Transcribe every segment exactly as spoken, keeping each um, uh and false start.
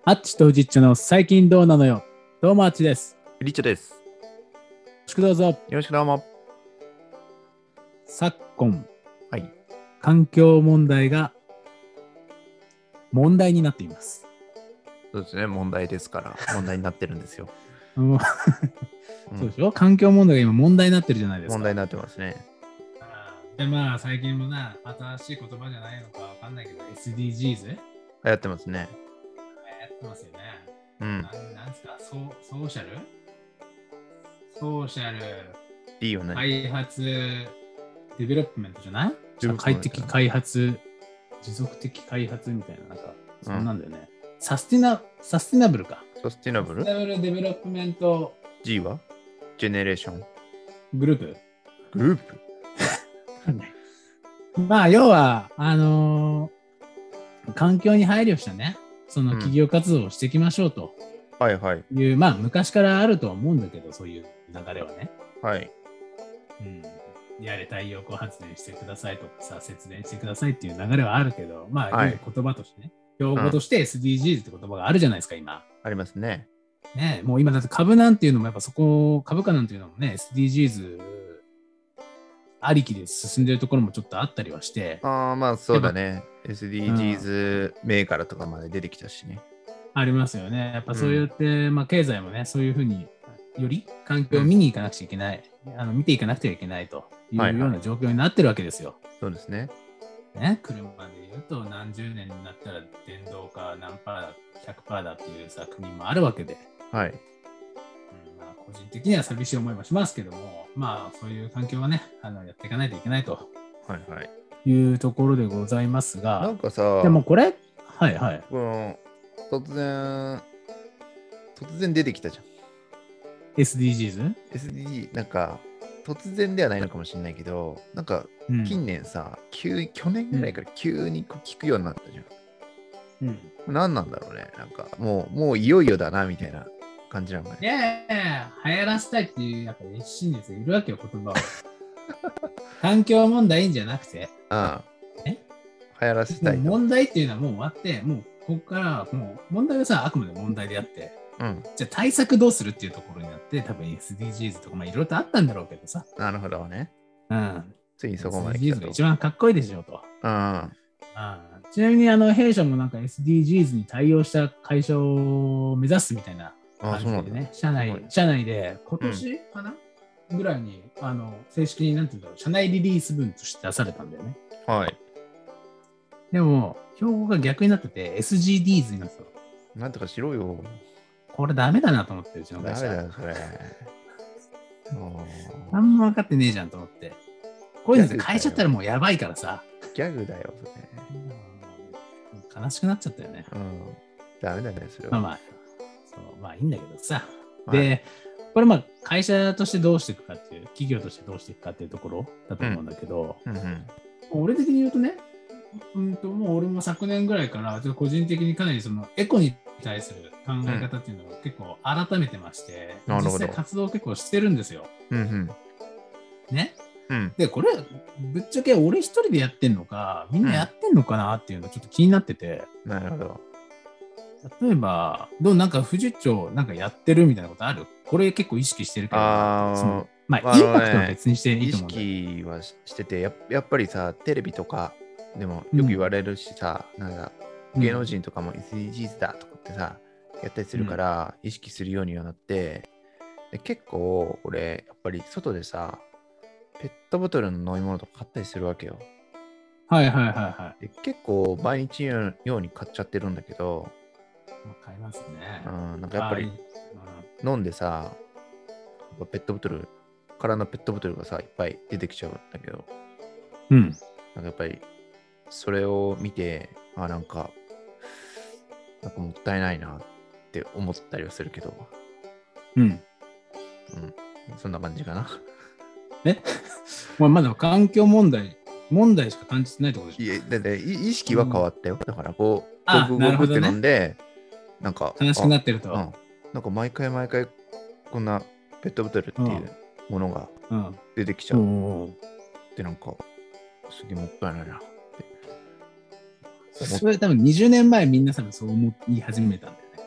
アッチとフジッチョの最近どうなのよ。どうもアッチです。 リッチョです。よよろしくどうぞ。よろしくどうも。 昨今、 はい。 環境問題が問題になっています。 そうですね、問題ですから問題になってるんですよ。 うんそうでしょ、環境問題が今問題になってるじゃないですか。 問題になってますね。 で、まあ最近もな、新しい言葉じゃないのかわかんないけど、エスディージーズ 流流行ってますね。 行ってますよね。 うん。 なんなんですか、ソソーシャルソーシャルいいよね。 開発デベロップメントじゃない？ デベロップメント社会的開発、持続的開発みたいな、なんか、そんなんだよね。うん、サスティナ、サスティナブルか。 サスティナブル？ サスティナブルデベロップメント G はジェネレーション。 グループ。 グループまあ、要は、あのー環境に配慮したね、その企業活動をしていきましょうとうん、はいはい。 いう、まあ、昔からあるとは思うんだけど、そういう流れはね。 はい。 うん。やれ太陽光発電してくださいとかさ、節電してくださいっていう流れはあるけど、まあ、 はい、 いう言葉としてね、用語として エスディージーズ って言葉があるじゃないですか、今。 ありますね。 ね、もう今だって株なんていうのもやっぱそこ、株価なんていうのもね、エスディージーズ ありきで進んでるところもちょっとあったりはして。 ああ、まあそうだね。エスディージーズ 銘柄とかまで出てきたしね。 ありますよね。やっぱそうやって、うん、まあ経済もね、そういうふうにより環境を見に行かなくちゃいけない、うん、あの見ていかなくてはいけないというような状況になってるわけですよ。 はいはい、そうですね。 ね、車で言うと何十年になったら電動化何パーだ、ひゃくパーセントだっていうさ、国もあるわけで。 はい。 うん、まあ、個人的には寂しい思いもしますけども、まあそういう環境はね、あのやっていかないといけないと。 はいはい。 いうところでございますが、 なんかさ、 でもこれ、はいはい。 この突然、突然出てきたじゃん。 エスディージーズ？ エスディージー、なんか、突然ではないのかもしれないけど、なんか、近年さ、うん、急去年ぐらいから急に聞くようになったじゃん。うん。何なんだろうね。なんか、もう、もういよいよだな、みたいな感じなのね。 いやいやいや、流行らせたいっていう、やっぱり真実いるわけよ、言葉を。環境問題いいんじゃなくて。 ああ。え流行らせたいと。 問題っていうのはもう終わって、もうここからもう問題はさ、あくまで問題であって、うん、じゃあ対策どうするっていうところになって、多分 エスディージーズ とか、まあいろいろとあったんだろうけどさ。 なるほどね。 うん。 ついにそこまで来たと。エスディージーズ が一番かっこいいでしょうと。 うん。ああちなみにあの弊社もなんか エスディージーズ に対応した会社を目指すみたいな感じでね、社内、社内で今年かな、うん、ぐらいにあの正式になんていうんだろう、社内リリース文として出されたんだよね。 はい。 でも、標語が逆になってて エスジーディーズ になってた。 なんとかしろよ。 これダメだなと思って、うちの会社。 ダメだよ、それ。 あんま分かってねえじゃんと思って。こういうのって変えちゃったらもうやばいからさ。 ギャグだよ、それ。 悲しくなっちゃったよね。 うん。ダメだね、それは。 まあまあ、そう、まあいいんだけどさ。はい、で、これまあ会社としてどうしていくかっていう、企業としてどうしていくかっていうところだと思うんだけど、うんうんうん、俺的に言うとね、うんともう俺も昨年ぐらいから個人的にかなりそのエコに対する考え方っていうのを結構改めてまして、うん、実際活動を結構してるんですよ。うんうん、ね、うん、でこれぶっちゃけ俺一人でやってんのかみんなやってんのかなっていうのちょっと気になってて、 うん、なるほど。 例えばどうなんかフジッチョなんかやってるみたいなことある？これ結構意識してるけど、 あそのまあ、インパクトは別にしていいと思うんだ、 ね、意識はしてて や, やっぱりさテレビとかでもよく言われるしさ、うん、なんか芸能人とかも エスディージーズ だとかってさ、うん、やったりするから意識するようにはなって、で結構俺やっぱり外でさペットボトルの飲み物とか買ったりするわけよ。 はいはいはいはい。 で結構毎日のように買っちゃってるんだけど、 買いますね。 うん、なんかやっぱり飲んでさペットボトル空のペットボトルがさいっぱい出てきちゃうんだけど、 うん、 なんかやっぱりそれを見て、あ、なんか、なんかもったいないなって思ったりはするけど。 うん。うん。 そんな感じかな。 えまあまだ環境問題、問題しか感じてないってことでしょ？ いや、だって意識は変わったよ。うん、だからこう、 あ、 ごくごくって飲んで、な、ね,、んか、 悲しくなってると。 うん。なんか毎回毎回、こんなペットボトルっていうものが出てきちゃう。うんうん、で、なんか、すげえもったいないな。 それ多分にじゅうねんまえみんな多分そう思い始めたんだよね。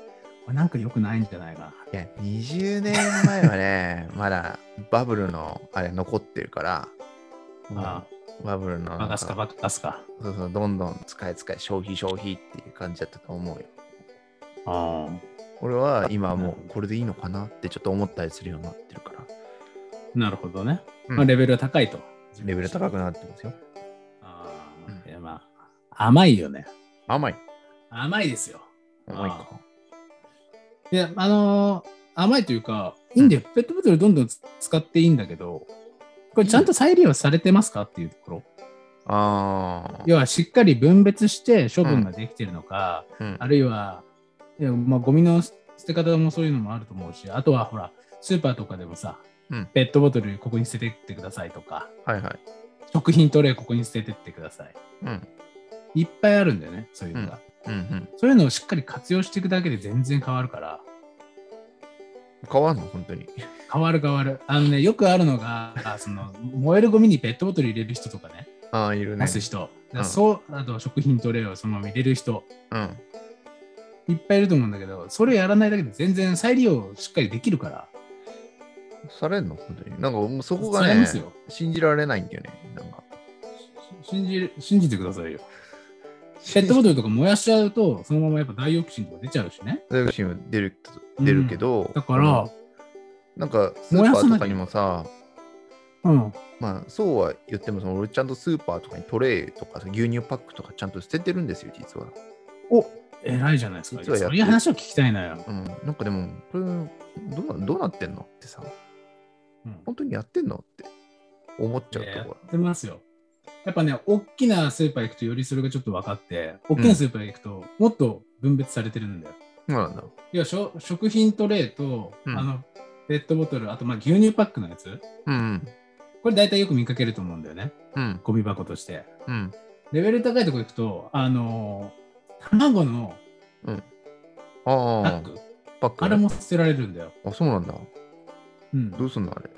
これなんか良くないんじゃないかな。 いや、にじゅうねんまえはね、まだバブルのあれ残ってるから、 ああバブルのバカすか、バカすか。 そうそう、どんどん使い使い、消費消費っていう感じだったと思うよ。 あ俺は今もうこれでいいのかなってちょっと思ったりするようになってるから。 なるほどね。 うん、 まあ、レベルは高いと。 レベル高くなってますよ。 あ、 うん、 いやまあ、甘いよね。 甘い。 甘いですよ。 甘いか。 いや、あのー、甘いというか、いいんだよ、うん。ペットボトルどんどん使っていいんだけど、これちゃんと再利用されてますかっていうところ。 ああ。 要はしっかり分別して処分ができてるのか、 うん、 あるいは、いやまあ、ゴミの捨て方もそういうのもあると思うし、あとはほら、スーパーとかでもさ、うん、ペットボトルここに捨ててってくださいとか、 はいはい、 食品トレイここに捨ててってください。 うん、 いっぱいあるんだよね、そういうのが、 うんうんうん。 そういうのをしっかり活用していくだけで全然変わるから。 変わるの本当に。 変わる変わる。あのね、よくあるのが、その燃えるゴミにペットボトル入れる人とかね。 ああ、いるね。 出す人。うん、そう、あと食品トレイをそのまま入れる人。 うん。 いっぱいいると思うんだけど、それやらないだけで全然再利用しっかりできるから。 されんの本当に。なんかもうそこがね、信じられないんだよね。なんか信じ、信じてくださいよ。ペットボトルとか燃やしちゃうと、そのままやっぱダイオキシンとか出ちゃうしね。 ダイオキシンは出る、出るけど、 うん、だから、 なんかスーパーとかにもさ、 うん、 まあそうは言ってもその、俺ちゃんとスーパーとかにトレイとか牛乳パックとかちゃんと捨ててるんですよ、実は。 お、偉いじゃないですか。実はそういう話を聞きたいのよ。 うん、なんかでも、これどう、どうなってんのってさ、うん、本当にやってんのって思っちゃうところ。 やってますよ。やっぱね、大きなスーパー行くとよりそれがちょっと分かって、大きなスーパー行くともっと分別されてるんだよ。 そうなんだ。 いや、食品トレイと、うん、あのペットボトル、あとまあ牛乳パックのやつ、 うんうん、 これ大体よく見かけると思うんだよね。 うん、 ゴミ箱として、 うん。 レベル高いところ行くと、あのー、卵のパック、うん、パックあれも捨てられるんだよ。 あ、そうなんだ。 うん、 どうすんのあれ。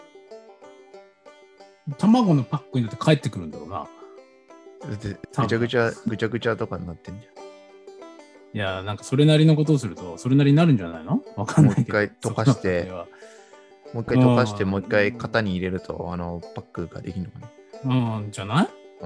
卵のパックになって帰ってくるんだろうな。 ぐちゃぐちゃ、ぐちゃぐちゃとかになってんじゃん。 いや、なんかそれなりのことをすると、それなりになるんじゃないの？わかんないけど。 もう一回溶かして、もう一回溶かして、もう一回型に入れると、あの、パックができるのかね。 うん、じゃない？ うん、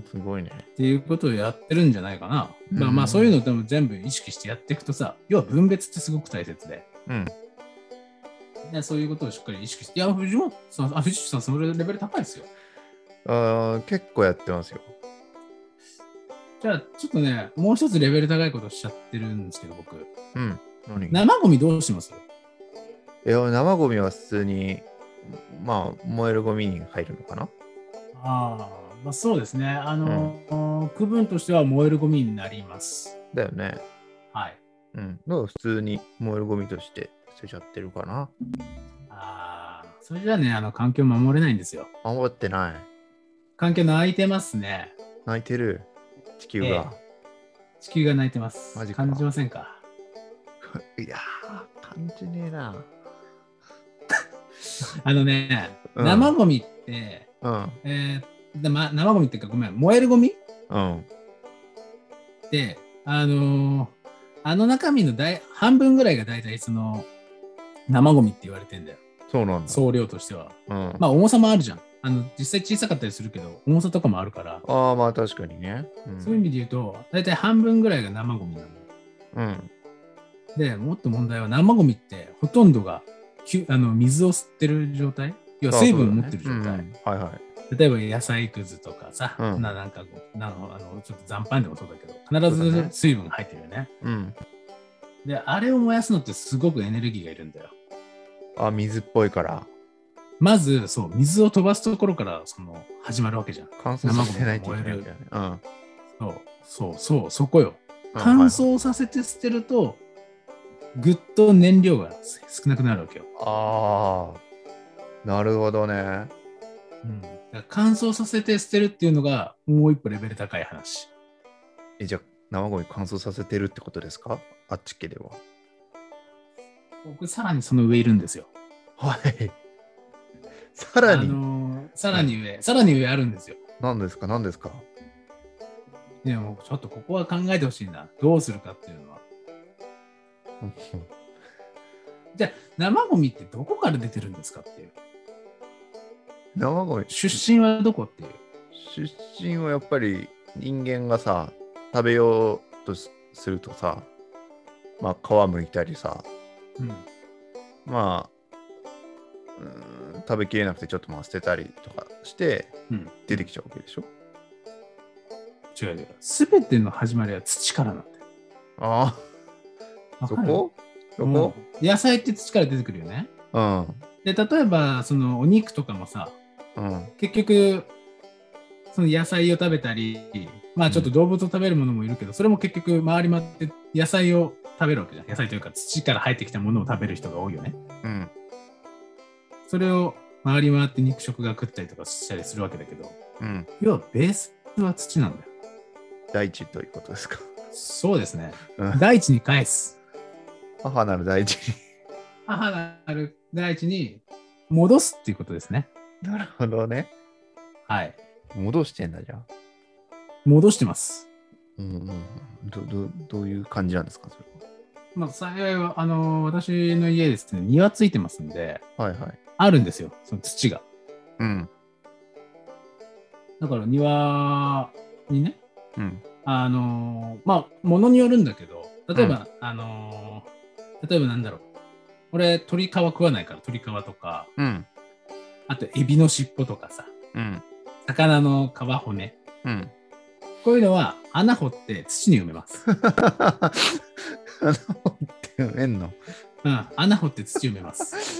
すごいね。 っていうことをやってるんじゃないかな。うん、まあまあ、そういうの多分全部意識してやっていくとさ、要は分別ってすごく大切で。 うん。 いやそういうことをしっかり意識して。いや、藤本さん、あ、藤本さん、それレベル高いですよ。 ああ、結構やってますよ。 じゃあ、ちょっとね、もう一つレベル高いことしちゃってるんですけど、僕。 うん。何？ 生ゴミどうします？ いや、生ゴミは普通に、まあ、燃えるゴミに入るのかな？ ああ、まあそうですね。あの、うん、区分としては燃えるゴミになります。 だよね。 はい。 うん。だから普通に燃えるゴミとして捨てちゃってるかな。 ああ、それじゃあね、あの、環境守れないんですよ。 守ってない。 環境泣いてますね。 泣いてる。地球が、ええ、 地球が泣いてます。 マジか。 感じませんか？ いやー、感じねえな。 あのね、うん、生ゴミって、 うんえーま、生ゴミっていうかごめん、燃えるゴミ、 うん、 で、あのー、あの中身の大半分ぐらいが大体その生ゴミって言われてんだよ。 そうなんだ。 総量としては。 うん、 まあ重さもあるじゃん。あの実際小さかったりするけど、重さとかもあるから。 ああ、まあ確かにね、 うん。そういう意味で言うと、大体半分ぐらいが生ゴミなの。 うん。 で、もっと問題は生ゴミってほとんどがあの水を吸ってる状態、要は水分を持ってる状態。 ねうん、はいはい。 例えば野菜くずとかさ、うん、ななんかなあのちょっと残飯でもそうだけど、必ず水分が入ってるよね。 ねうん、 で、あれを燃やすのってすごくエネルギーがいるんだよ。 あ、水っぽいから。 まず、そう、水を飛ばすところからその始まるわけじゃん。 乾燥させないといけないんだよね。 うん、そうそうそう、そこよ。乾燥させて捨てると、ぐっと燃料が少なくなるわけよ。 ああ、なるほどね。 うん、だから乾燥させて捨てるっていうのがもう一歩レベル高い話。 え、じゃあ生ゴミ乾燥させてるってことですか？あっち系では。 僕、さらにその上いるんですよ。 はい。さらに、あのー、さらに上、はい、さらに上あるんですよ。 何ですか何ですか？ でもちょっとここは考えてほしいな。どうするかっていうのは。 じゃあ生ゴミってどこから出てるんですかっていう。 生ゴミ出身はどこっていう。 出身はやっぱり人間がさ食べようとするとさ、まあ皮むいたりさ、 うん、 まあうーん食べきれなくてちょっとまあ捨てたりとかして出てきちゃうわけでしょ。 違う違う。すべての始まりは土からなんだよ。 ああ、そこそこ、 うん、野菜って土から出てくるよね。 うん。 で、例えば、そのお肉とかもさ、 うん、 結局、その野菜を食べたり、まあちょっと動物を食べるものもいるけど、うん、それも結局回り回って野菜を食べるわけじゃん。野菜というか土から生えてきたものを食べる人が多いよね。 うん。 それを回り回って肉食が食ったりとかしたりするわけだけど、 うん、 要はベースは土なんだよ。 大地ということですか。 そうですね。 うん、 大地に返す。 母なる大地に。 母なる大地に戻すっていうことですね。 なるほどね。 はい。 戻してんだじゃあ。 戻してます。 うんうん。どどどういう感じなんですかそれは。 まあ幸いはあの私の家ですね、庭ついてますんで、 はいはい。 あるんですよ、その土が。 うん。 だから庭にね、 うん。 あのまあ物によるんだけど、例えば、うん、あの例えばなんだろう。俺鳥皮食わないから鳥皮とか、 うん、 あとエビの尻尾とかさ、 うん、 魚の皮骨、 うん、 こういうのは穴掘って土に埋めます。 穴掘って埋めんの？ うん、穴掘って土埋めます。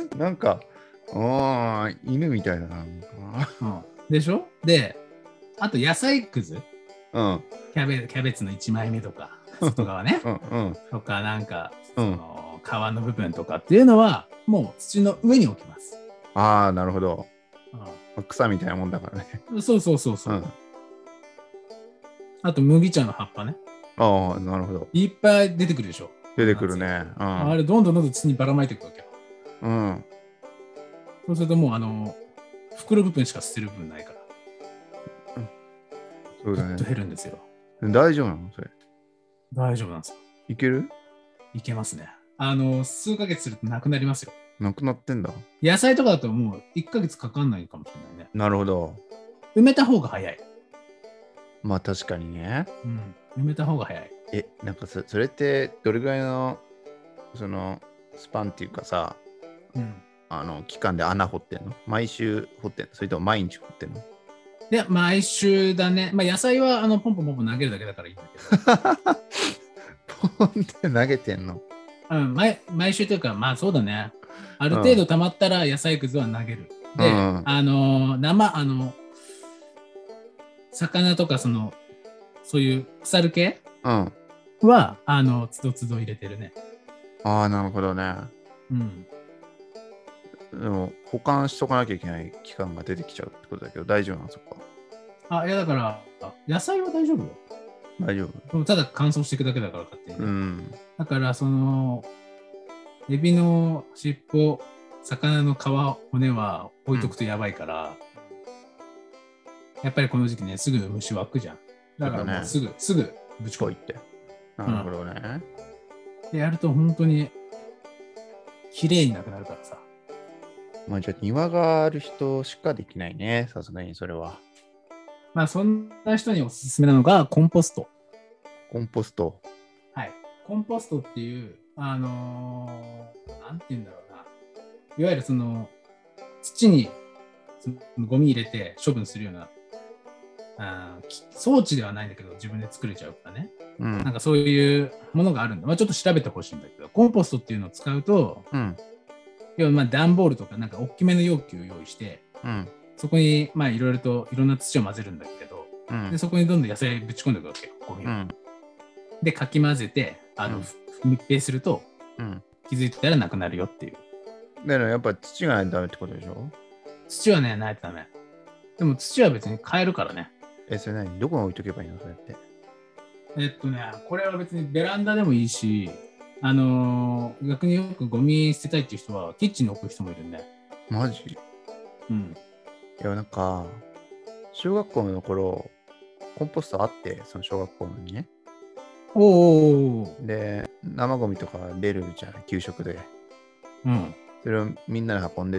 なんか、ああ、犬みたいだな。 うん、でしょ？で、あと野菜くず、 うん、 キャベ、キャベツのいちまいめとか、外側ね、 うんうん、 とかなんか、その、皮の部分とかっていうのは、もう土の上に置きます。 ああ、なるほど。 うん、 草みたいなもんだからね。 そうそうそうそう。うん、あと麦茶の葉っぱね。 ああ、なるほど。 いっぱい出てくるでしょ。 出てくるね。 うん、あれどんどんどんどん土にばらまいていくわけよ。 うん。 そうするともうあの袋部分しか捨てる部分ないから。 うん、そうだね。 ずっと減るんですよ。 大丈夫なのそれ？ 大丈夫なんですよ。 いける？ いけますね。あの数ヶ月するとなくなりますよ。 なくなってんだ。 野菜とかだともういっかげつかかんないかもしれないね。 なるほど。 埋めた方が早い。 まあ確かにね。 うん。埋めた方が早い。 え、なんか そ, それってどれぐらいのそのスパンっていうかさ、うん、あの期間で穴掘ってんの？毎週掘ってんの？それとも毎日掘ってんの？ いや、毎週だね。まあ野菜はあのポンポンポンポン投げるだけだからいいんだけど。 ポンって投げてんの？ うん、毎, 毎週というか、まあそうだね。ある程度溜まったら野菜くずは投げる。うん、で、うん、あの生、あの、魚とかその、そういう腐る系、うん、は、あの、つどつど入れてるね。 ああ、なるほどね。 うん。 でも、保管しとかなきゃいけない期間が出てきちゃうってことだけど、大丈夫なの？そこは。あ、いやだから、野菜は大丈夫よ。 大丈夫？ ただ乾燥していくだけだから勝手に、ね。 うん。だからそのエビの尻尾、魚の皮骨は置いとくとやばいから、うん、やっぱりこの時期ねすぐ虫湧くじゃん。だからもうすぐ、ね、すぐぶちこいって。 なるほどね。 うん、でやると本当に綺麗になくなるからさ。 まあじゃあ庭がある人しかできないね。さすがにそれは。 まあそんな人におすすめなのがコンポスト。 コンポスト。 はい。コンポストっていう、あのー、なんて言うんだろうな。いわゆるその、土にそのゴミ入れて処分するような、あ装置ではないんだけど、自分で作れちゃうからね。うん、なんかそういうものがあるんだ。まあちょっと調べてほしいんだけど、コンポストっていうのを使うと、うん、要はまあ段ボールとかなんか大きめの容器を用意して、うん、そこにまあいろいろといろんな土を混ぜるんだけど、うん、でそこにどんどん野菜ぶち込んでいくわけよ、ゴミを。うん、で、かき混ぜて、あの、うん、密閉すると、うん、気づいたらなくなるよっていう。 だからやっぱ土がないとダメってことでしょ？ 土はね、ないとダメ。でも土は別に買えるからね。 え、それ何？どこに置いとけばいいのそれって。 えっとね、これは別にベランダでもいいし、あのー、逆によくゴミ捨てたいっていう人は、キッチンに置く人もいるんで。 マジ？ うん。 いや、なんか、小学校の頃、コンポストあって、その小学校にね。 おー。 で、生ゴミとか出るじゃん、給食で。 うん。 それをみんなで運んでって、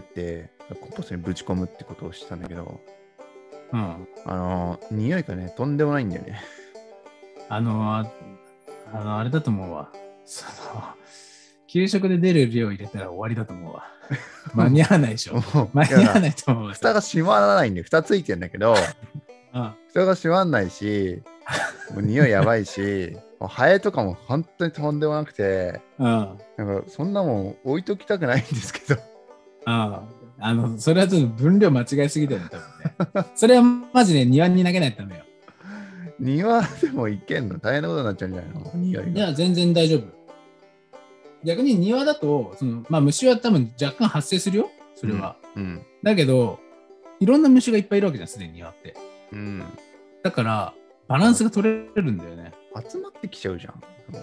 コンポストにぶち込むってことをしてたんだけど、 うん。 あの、匂いがね、とんでもないんだよね。 あの、ああの、あれだと思うわ。その、給食で出る量入れたら終わりだと思うわ。間に合わないでしょ。間に合わないと思うわ。 蓋が閉まらないんで、蓋ついてんだけど、 うん、 蓋が閉まらないし、もう匂いやばいし、もうハエとかも本当にとんでもなくて、 うん、 なんかそんなもん置いときたくないんですけど。 ああの、それはちょっと分量間違いすぎてるね、多分ね。それはマジで庭に投げないとダメよ。 庭でもいけんの？大変なことになっちゃうんじゃないの？匂いが。 いや、全然大丈夫。逆に庭だと、そのまあ、虫は多分若干発生するよ、それは。 うんうん、 だけど、いろんな虫がいっぱいいるわけじゃん、すでに庭って。 うん、 だから、バランスが取れるんだよね。 集まってきちゃうじゃん。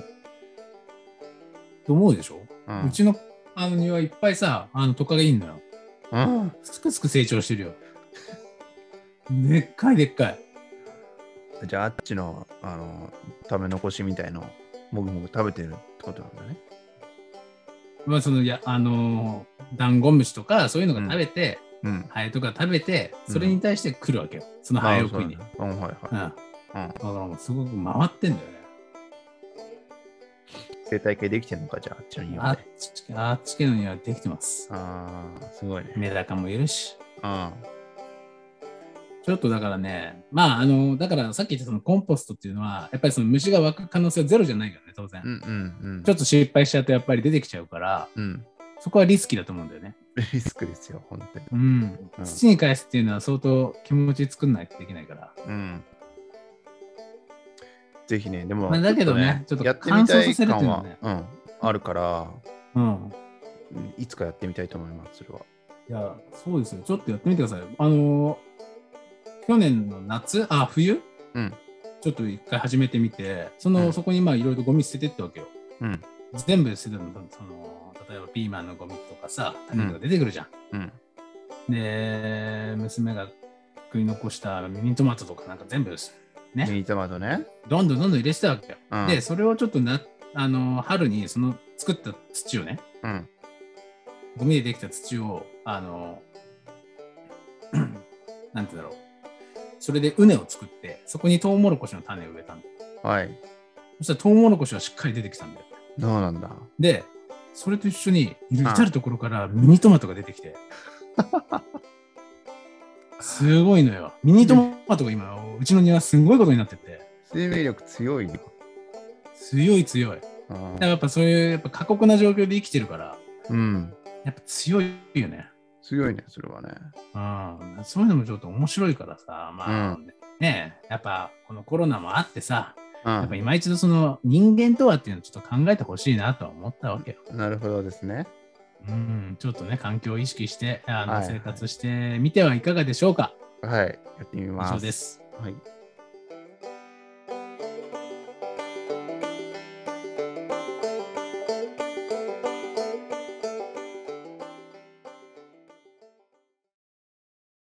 と思うでしょ、うん、うちのあの庭いっぱいさ、あのトカゲいいんだよ。うん。すくすく成長してるよ。でっかいでっかい。 じゃああっちの、あの食べ残しみたいのもぐもぐ食べてるってことなんだね。 まあそのやあのー、ダンゴムシとかそういうのが食べて、うん、ハエとか食べて、それに対して来るわけよ。うん、そのハエを食いに。 うん、はいはい。うん。だからもうすごく回ってんだよね。 生態系できてるのか、じゃああっちの庭で。 あっち系の庭できてます。 ああ、すごいね。 メダカもいるし。 あちょっとだからね、まあ、あの、だからさっき言ったそのコンポストっていうのは、やっぱりその虫が湧く可能性はゼロじゃないからね、当然。 うんうんうん、 ちょっと失敗しちゃうとやっぱり出てきちゃうから、うん、そこはリスキーだと思うんだよね。 リスクですよ、本当に。 うん。うん、土に返すっていうのは相当気持ち作んないとできないから。 うん。ぜひね、でも、 まあ、だけどね、ちょっと乾燥させるっていうのはね、 うん、あるから、 うん、 いつかやってみたいと思います、それは。 いや、そうですよ。ちょっとやってみてください。あのー、去年の夏、あ、冬、うん、ちょっと一回始めてみて、その、うん、そこにまあいろいろゴミ捨ててってわけよ。うん、全部捨ててるの、その、例えばピーマンのゴミとかさ、種が出てくるじゃん。うんうん、で、娘が食い残したミニトマトとかなんか全部ね。 ミニトマトね。 どんどんどんどん入れてたわけよ。うん、で、それをちょっとな、あの、春にその作った土をね、うん、ゴミでできた土を、あの、なんてだろう。それで畝を作って、そこにトウモロコシの種を植えたんだよ。 はい。 そしたらトウモロコシはしっかり出てきたんだよ。 そうなんだ。 で、それと一緒に、至るところからミニトマトが出てきて。すごいのよ。ミニトマトが今、うちの庭すごいことになってて。 生命力強いよ。 強い強い。だからやっぱそういうやっぱ過酷な状況で生きてるから、うん、やっぱ強いよね。 強いね、それはね。 うん、そういうのもちょっと面白いからさ、まあ、うん、ね、やっぱこのコロナもあってさ、うん、やっぱ今一度その人間とはっていうのをちょっと考えてほしいなとは思ったわけよ。 なるほどですね。 うん、ちょっとね、環境を意識してあの、はい、生活してみてはいかがでしょうか。 はい、やってみます。 以上です。 はい。